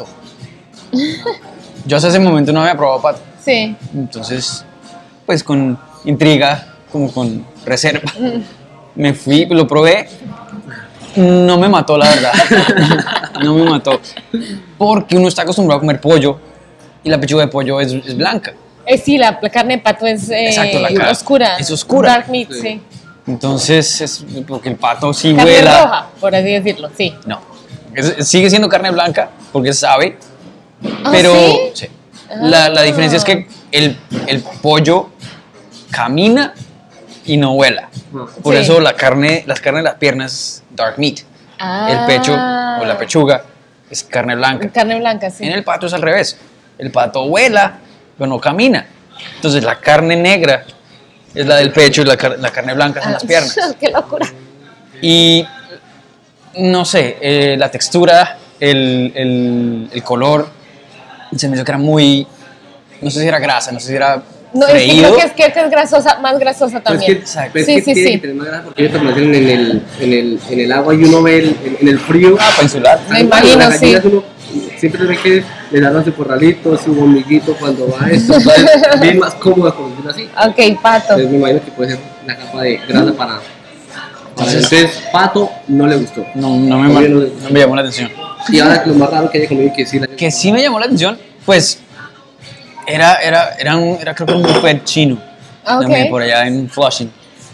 S2: Yo hasta ese momento no había probado pato,
S1: Sí.
S2: entonces pues con intriga, como con reserva, me fui, lo probé, no me mató la verdad, no me mató, porque uno está acostumbrado a comer pollo y la pechuga de pollo es, es blanca.
S1: Eh, sí, la, la carne de pato es eh,
S2: Exacto, la ca-
S1: oscura.
S2: es oscura.
S1: Dark meat, sí.
S3: Sí.
S2: Entonces, es porque el pato sí
S1: Carne
S2: huela.
S1: roja, por así decirlo, sí.
S2: No, es- sigue siendo carne blanca porque sabe,
S1: ¿Ah,
S2: pero
S1: sí?
S2: sí. La, la diferencia es que el, el pollo camina y no vuela. Por
S1: Sí.
S2: eso la carne, las carnes de las piernas, dark meat.
S1: Ah.
S2: El pecho o la pechuga es carne blanca.
S1: Carne blanca, sí.
S2: En el pato es al revés. El pato vuela, pero no camina. Entonces la carne negra es la del pecho y la, car- la carne blanca son las piernas.
S1: Qué locura.
S2: Y no sé, eh, la textura, el, el, el color, se me hizo que era muy, no sé si era grasa, no sé si era
S1: No, es que
S2: freído.
S1: creo que es, que es grasosa, más grasosa
S3: Pero es
S1: también.
S3: que,
S2: Exacto.
S3: pero es
S1: Sí,
S3: que
S1: sí,
S3: tiene
S1: sí.
S3: que tener más grasa porque ellos te ponen en el, en, el, en el agua y uno ve el, en, en el frío.
S2: Ah, para insular.
S1: Me imagino,
S3: las gallinas
S1: sí.
S3: uno siempre se ve que le dan su corralito, su ombliguito cuando va a esto, entonces bien más cómoda por decirlo así.
S1: Ok, pato.
S3: Entonces me imagino que puede ser la capa de grasa para... para entonces, pato no le gustó.
S2: No, no, me,
S3: Todavía
S2: no,
S3: no-
S2: no me llamó la atención.
S3: Y ahora lo más raro que haya comido y que sí la...
S2: Que sí me llamó la atención, pues era, era, era, un, era creo que un buffet chino,
S1: Ah, ok.
S2: también por allá en Flushing.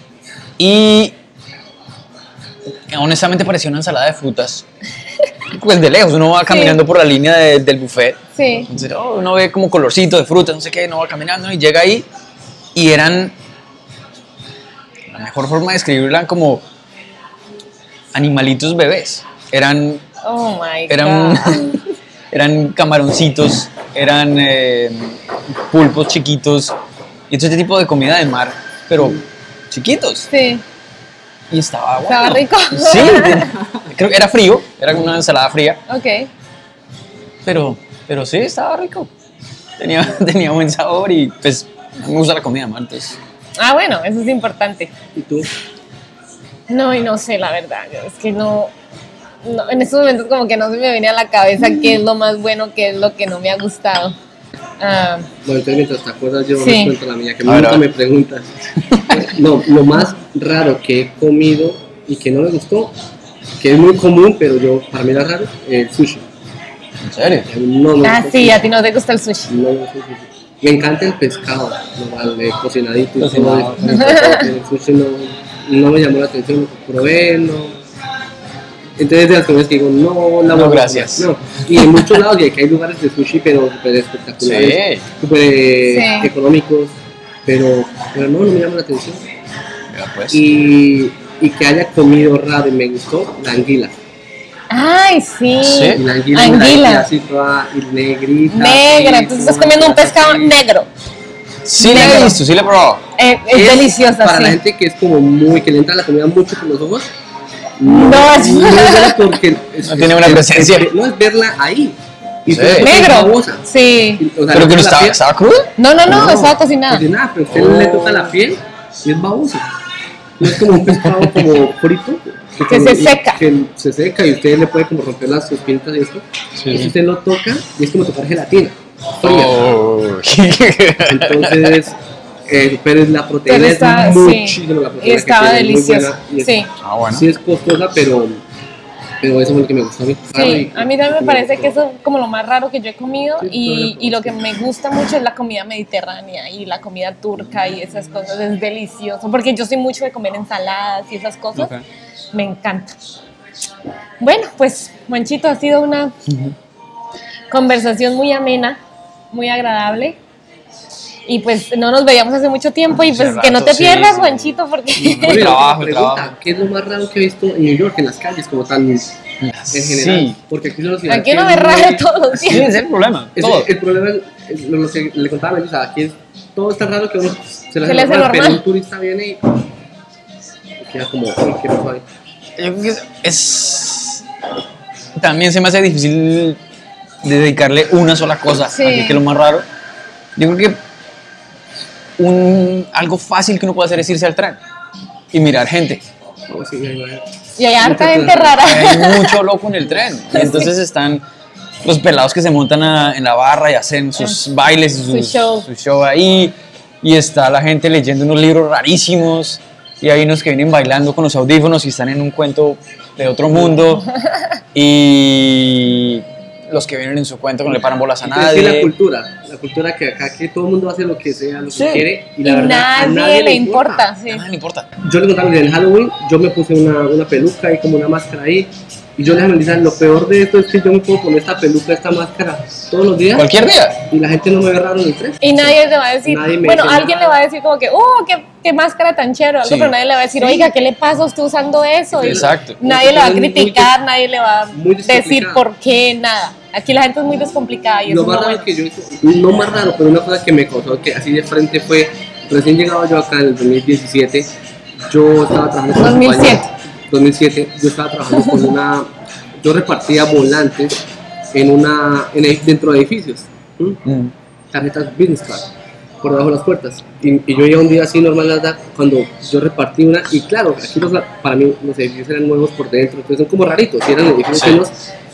S2: Y honestamente parecía una ensalada de frutas. Pues de lejos, uno va caminando por la línea de- del buffet.
S1: Sí.
S2: Entonces, oh, uno ve como colorcito de frutas, no sé qué, uno va caminando y llega ahí y eran, la mejor forma de describirlo, eran como animalitos bebés. Eran,
S1: Oh my
S2: eran,
S1: God.
S2: eran camaroncitos, eran eh, pulpos chiquitos y todo este tipo de comida de mar, pero chiquitos.
S1: Sí.
S2: Y estaba bueno.
S1: Estaba rico.
S2: Sí, de- creo que era frío, era una ensalada fría.
S1: Ok.
S2: Pero, pero sí, estaba rico. Tenía, tenía buen sabor y pues me gusta la comida, ¿no? Entonces,
S1: Ah, bueno, eso es importante.
S3: ¿Y tú?
S1: No, y no sé, la verdad. Es que no, no. En estos momentos, como que no se me viene a la cabeza qué es lo más bueno, qué es lo que no me ha gustado. Ah,
S3: Bueno, entonces mientras te acuerdas yo
S1: Sí.
S3: les cuento la mía, que
S2: A ver,
S3: nunca
S2: a ver.
S3: me preguntas. No, lo más raro que he comido y que no me gustó, que es muy común, pero yo, para mí era raro, el sushi.
S2: ¿en serio?
S3: No me
S1: ah,
S3: gusta
S1: sí,
S3: el
S1: a ti no te gusta el sushi.
S3: sushi. No me gusta el sushi. Me encanta el pescado, normal, de cocinadito y
S2: Cocinado.
S3: todo eso. El sushi no, no me llamó la atención, lo probé, no. Entonces de las comidas que digo, no, la
S2: No,
S3: voy a
S2: gracias.
S3: comer, no. Y en muchos lados, y aquí hay lugares de sushi, pero súper espectaculares,
S2: Sí.
S3: súper eh,
S1: Sí.
S3: económicos, pero, pero no, no me llama la atención.
S2: Mira, pues.
S3: Y, y que haya comido raro y me gustó, la anguila.
S1: Ay, sí.
S2: Sí.
S3: Y la anguila,
S1: Anguila.
S3: la así toda y negrita.
S1: Negra,
S3: así,
S1: tú estás
S3: toda
S1: comiendo un pescado
S3: así.
S1: negro.
S2: Sí, la he
S1: negro.
S2: visto, sí la he probado.
S1: Eh, es, deliciosa,
S3: Para
S1: sí.
S3: la gente que es como muy, que le entra la comida mucho por los ojos.
S1: No, es-
S3: no es buena porque es-
S2: No tiene una
S3: es-
S2: presencia.
S3: es- no es verla ahí. Y
S2: Sí.
S3: después es
S1: Negro.
S3: babosa.
S1: Sí.
S3: O sea,
S2: Pero que no
S3: la
S2: estaba,
S3: piel-
S2: estaba crudo.
S1: No, no, no, estaba cocinada.
S3: Cocinada, pero usted le toca la piel y es babosa. No es como un pescado como frito.
S1: Que
S3: como-
S1: se
S3: y-
S1: seca.
S3: Que se seca y usted le puede como romper las espinitas y esto.
S2: Sí.
S3: Y si usted lo toca y es como tocar gelatina. Fría.
S2: Oh.
S3: Entonces, eh, pero es la proteína
S1: Pero
S3: es
S1: está-
S3: muchísimo la
S1: Y
S3: proteína. que
S1: estaba
S3: tiene, muy
S1: deliciosa.
S3: buena y es-
S1: Sí.
S2: Ah, bueno.
S3: Sí es costosa, pero, pero eso es lo que me gusta a mí. Claro,
S1: Sí,
S3: y-
S1: a mí también me
S3: y
S1: parece
S3: gustó.
S1: que eso es como lo más raro que yo he comido
S3: Sí,
S1: y,
S3: todo
S1: y lo que me gusta mucho es la comida mediterránea y la comida turca y esas cosas, es delicioso, porque yo soy mucho de comer ensaladas y esas cosas,
S2: Ok.
S1: me encanta. Bueno, pues Juanchito, ha sido una conversación muy amena, muy agradable. Y pues no nos veíamos hace mucho tiempo y
S2: Hace
S1: pues que no
S2: rato,
S1: te
S2: sí,
S1: pierdas,
S2: sí.
S1: Juanchito, porque...
S3: Oye,
S2: Trabajo,
S3: pregunta,
S2: trabajo.
S3: ¿qué es lo más raro que he visto en New York, en las calles, como tal, en general?
S2: Sí.
S3: Porque aquí es una ciudad
S1: Aquí
S3: que
S1: uno
S3: es
S1: ve raro
S3: muy-
S1: todos los
S2: Sí,
S1: días.
S2: ese es el problema.
S3: Es-
S2: Todo.
S3: el problema es lo, lo que le contaba a Melissa, aquí es, todo está raro que uno se le
S1: Se
S3: hace
S1: le hace
S3: normal, pero
S1: normal.
S3: un turista viene y y queda como, uy, ¿qué pasó ahí?
S2: Yo creo que es, es- también se me hace difícil dedicarle una sola cosa
S1: Sí.
S2: a que, que es lo más raro. Yo creo que un, algo fácil que uno puede hacer es irse al tren y mirar gente.
S3: Oh, sí, ahí va.
S1: Y hay harta
S3: Muchas
S1: gente
S3: cosas.
S1: rara.
S2: Hay mucho loco en el tren. Y entonces están los pelados que se montan a- en la barra y hacen sus bailes y
S1: Su
S2: sus,
S1: show.
S2: su show ahí. Y está la gente leyendo unos libros rarísimos. Y hay unos que vienen bailando con los audífonos y están en un cuento de otro mundo. Y los que vienen en su cuento que no le paran bolas a
S3: Entonces, sí, la
S2: nadie.
S3: cultura, la cultura que acá que todo el mundo hace lo que sea, lo
S2: Sí.
S3: que quiere y
S1: Y
S3: la verdad a
S1: nadie, le importa. sí.
S2: A nadie le importa.
S3: Yo le contaba que en Halloween yo me puse una, una peluca y como una máscara ahí y yo le analizaba, lo peor de esto es que yo me puedo poner esta peluca, esta máscara todos los días
S2: Cualquier día.
S3: y la gente no me ve raro ni tres.
S1: Y nadie le va a decir,
S3: Nadie me
S1: bueno,
S3: dice
S1: alguien
S3: nada.
S1: le va a decir como que, oh, qué, qué máscara tan chévere, o algo,
S2: Sí.
S1: pero nadie le va a decir, oiga, ¿qué le pasa? ¿Usted usando eso? Y
S2: Exacto.
S1: nadie le va a
S3: Muy- muy
S1: criticar,
S3: des-
S1: nadie le va a
S3: muy
S1: decir
S3: descomplicada.
S1: por qué, nada. Aquí la gente es muy descomplicada y
S3: Lo
S1: eso
S3: más
S1: no
S3: raro
S1: bueno.
S3: que yo hice, no más raro, pero una cosa que me causó que así de frente fue, recién llegado yo acá en el dos mil diecisiete, yo estaba trabajando con
S1: dos mil siete.
S3: una compañía- dos mil siete, yo estaba trabajando con una, yo repartía volantes en una, en, ed- dentro de edificios, ¿m?
S2: Mm.
S3: tarjetas business card, por debajo de las puertas, y, y yo iba un día así normal, la verdad, cuando yo repartí una, y claro, aquí los, para mí los edificios eran nuevos por dentro, entonces son como raritos, y eran edificios
S2: Sí.
S3: llenos,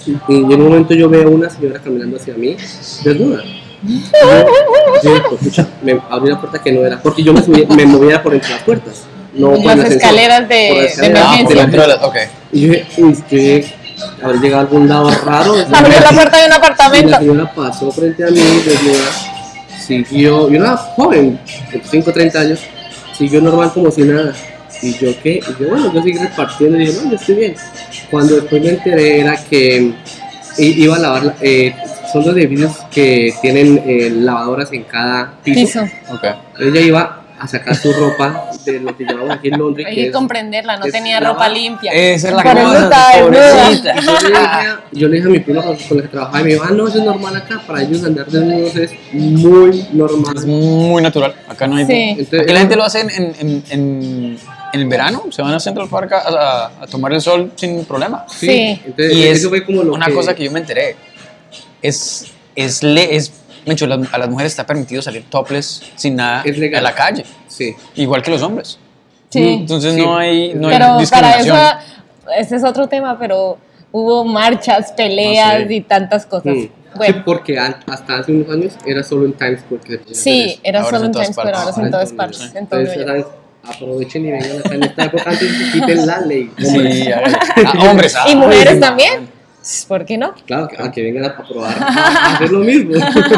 S3: y en un momento yo veo a una señora caminando hacia mí, desnuda. Y yo, yo pues, pucha, me abrí la puerta que no era, porque yo me, subí, me movía por entre las puertas. No por
S1: las escaleras de, de emergencia.
S2: Ah, la, okay.
S3: Y yo dije, uy, que habré llegado a algún lado raro.
S1: Abrió la puerta de un apartamento.
S3: Y la señora pasó frente a mí, desnuda, siguió, yo era joven, veinticinco, treinta años, siguió normal como si nada. Y yo, ¿qué? Y yo, bueno, yo seguí repartiendo y dije, no, yo estoy bien. Cuando después me enteré era que iba a lavar, eh, son los edificios que tienen eh, lavadoras en cada piso.
S1: piso.
S2: Okay.
S3: Ella iba a sacar su ropa de lo que llamamos aquí en Londres.
S1: Hay que, que comprenderla, no tenía
S3: lavar.
S1: ropa limpia.
S2: Esa es la
S1: Por eso
S2: cosa,
S1: estaba
S2: pobrecita.
S3: Yo le, dije, yo le dije a mi primo con, con el que trabajaba y me dijo, ah, no, eso es normal acá, para ellos andar desnudos es muy normal.
S2: Es muy natural, acá no hay...
S1: Sí.
S3: Entonces,
S2: Aquí la gente lo hace en, en, en, en, en el verano, se van a Central Park a, a, a tomar el sol sin problema.
S3: Sí,
S1: Sí.
S3: entonces
S2: Y
S3: eso
S2: es
S3: fue como lo
S2: una
S3: que...
S2: cosa que yo me enteré. Es, es, le, es Mencho, a las mujeres está permitido salir topless sin nada
S3: Es legal.
S2: a la calle,
S3: Sí.
S2: igual que los hombres.
S1: Sí.
S2: Entonces
S3: Sí.
S2: no hay, no hay
S1: Pero para
S2: discriminación.
S1: eso, ese es otro tema, pero hubo marchas, peleas
S2: No sé.
S1: y tantas cosas.
S3: Mm.
S1: Bueno,
S3: Sí, porque an- hasta hace unos años era solo en Times Square que se podía hacer
S1: sí,
S3: eso.
S1: era
S2: Ahora
S1: solo
S2: es
S1: en
S2: en todas
S1: Times Square,
S2: partes.
S1: ahora es en
S3: Ahora
S1: todas
S3: en
S1: partes.
S3: Londres.
S1: En todo
S3: Entonces,
S1: Nueva York.
S3: ¿sabes? Aprovechen y vengan acá en esta época antes de que quiten la ley.
S2: Sí, a ver. Ah, hombres. ah,
S1: Y mujeres
S2: ay,
S1: también. ¿Por qué no?
S3: Claro, que, a que vengan a probar a hacer lo mismo.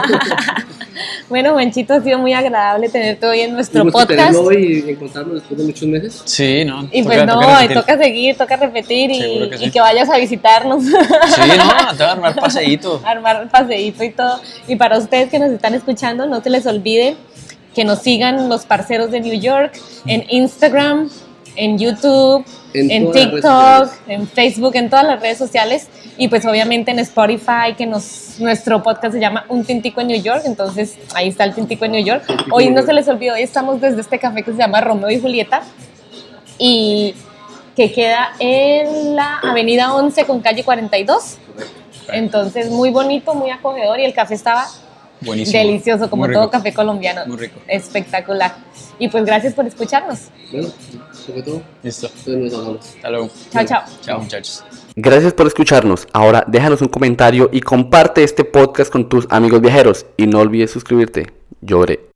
S1: Bueno, Juanchito, ha sido muy agradable tenerte hoy en nuestro
S3: Un gusto
S1: podcast.
S3: tenerlo hoy y encontrarnos después de muchos meses.
S2: Sí, no.
S1: Y
S2: toca-
S1: pues no,
S2: toca
S1: y
S2: repetir.
S1: toca seguir, toca repetir y,
S2: Seguro que sí.
S1: y que vayas a visitarnos.
S2: Sí, no, te voy a armar paseíto.
S1: Armar el paseíto y todo. Y para ustedes que nos están escuchando, no se les olvide que nos sigan los parceros de New York en Instagram, en YouTube,
S3: En
S1: en,
S3: todas las redes
S1: TikTok,
S3: sociales.
S1: en Facebook, en todas las redes sociales y pues obviamente en Spotify, que nos, nuestro podcast se llama Un Tintico en New York, entonces ahí está el Tintico en New York.
S3: Tintico
S1: Hoy
S3: en
S1: no
S3: New
S1: se
S3: York.
S1: les olvide, hoy estamos desde este café que se llama Romeo y Julieta y que queda en la avenida once con calle cuarenta y dos. Entonces muy bonito, muy acogedor y el café estaba
S2: Buenísimo.
S1: delicioso, como
S2: Muy
S1: todo
S2: rico.
S1: café colombiano.
S2: Muy rico.
S1: Espectacular. Y pues gracias por escucharnos.
S3: Bueno, sobre todo,
S2: Listo.
S3: entonces nos hablamos.
S2: Hasta luego.
S1: Chao, chao.
S2: Chao, muchachos.
S4: Gracias por escucharnos. Ahora déjanos un comentario y comparte este podcast con tus amigos viajeros. Y no olvides suscribirte. Lloré.